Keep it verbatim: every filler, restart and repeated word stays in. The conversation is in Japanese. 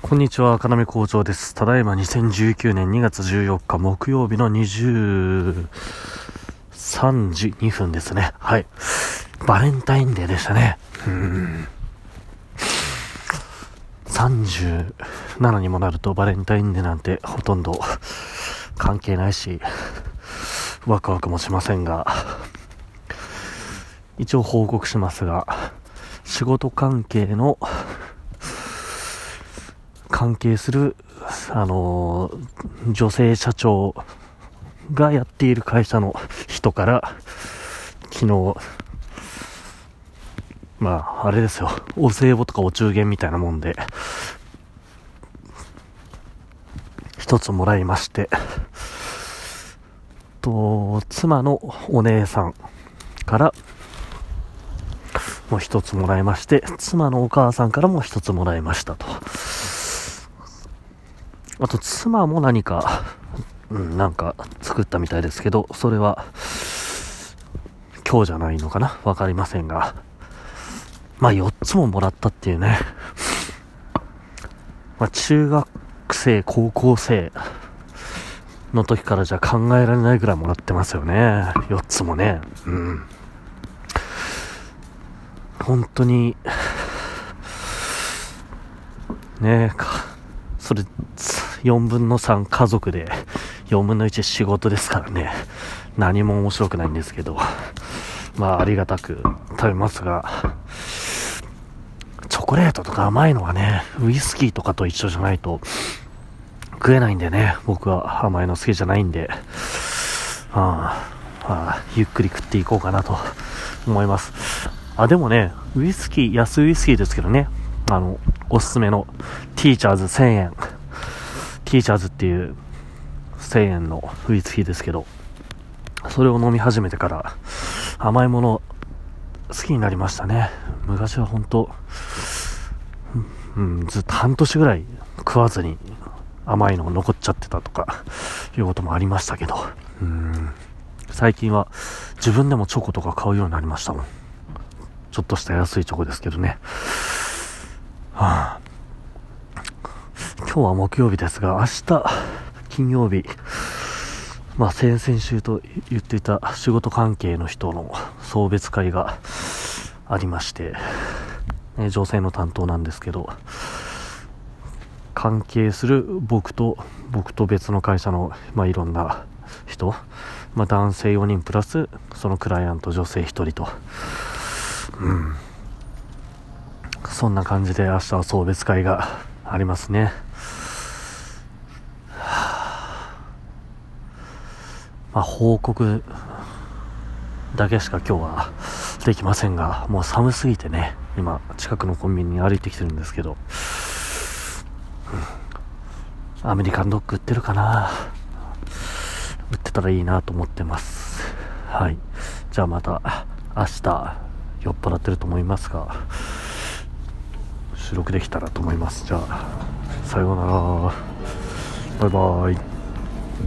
こんにちは、かなめ校長です。ただいまにせんじゅうきゅうねんにがつじゅうよっか木曜日のにじゅうさんじにふんですね。はい。バレンタインデーでしたね。うーん。さんじゅうななにもなるとバレンタインデーなんてほとんど関係ないし、ワクワクもしませんが、一応報告しますが、仕事関係の関係する、あのー、女性社長がやっている会社の人から昨日、まああれですよ、お歳暮とかお中元みたいなもんで一つもらいまして、と妻のお姉さんからもう一つもらいまして、妻のお母さんからも一つもらいましたと。あと妻も何か、うん、なんか作ったみたいですけど、それは今日じゃないのかな、わかりませんが、まあよっつももらったっていうね。まあ中学生高校生の時からじゃ考えられないぐらいもらってますよね、よっつもね。うん本当にねえか、それよんぶんのさん家族でよんぶんのいち仕事ですからね、何も面白くないんですけど、まあありがたく食べますが、チョコレートとか甘いのはね、ウイスキーとかと一緒じゃないと食えないんでね、僕は甘いの好きじゃないんで、ああ、ああゆっくり食っていこうかなと思います。あ、でもね、ウイスキー、安ウイスキーですけどね、あのおすすめのティーチャーズせんえん、ティーチャーズっていうせんえんのウイスキーですけど、それを飲み始めてから甘いもの好きになりましたね。昔は本当、うん、ずっと半年ぐらい食わずに甘いのが残っちゃってたとかいうこともありましたけど、うん、最近は自分でもチョコとか買うようになりましたもん。ちょっとした安いチョコですけどね。はあ、今日は木曜日ですが、明日金曜日、まあ先々週と言っていた仕事関係の人の送別会がありまして、ね、女性の担当なんですけど、関係する僕と僕と別の会社の、まあ、いろんな人、まあ、男性よにんプラスそのクライアント女性ひとりと、うん、そんな感じで明日は送別会がありますね。まあ、報告だけしか今日はできませんが、もう寒すぎてね、今近くのコンビニに歩いてきてるんですけど、うん、アメリカンドッグ売ってるかな、売ってたらいいなと思ってます。はい、じゃあまた明日酔っ払ってると思いますが収録できたらと思います。じゃあさようなら、バイバイ。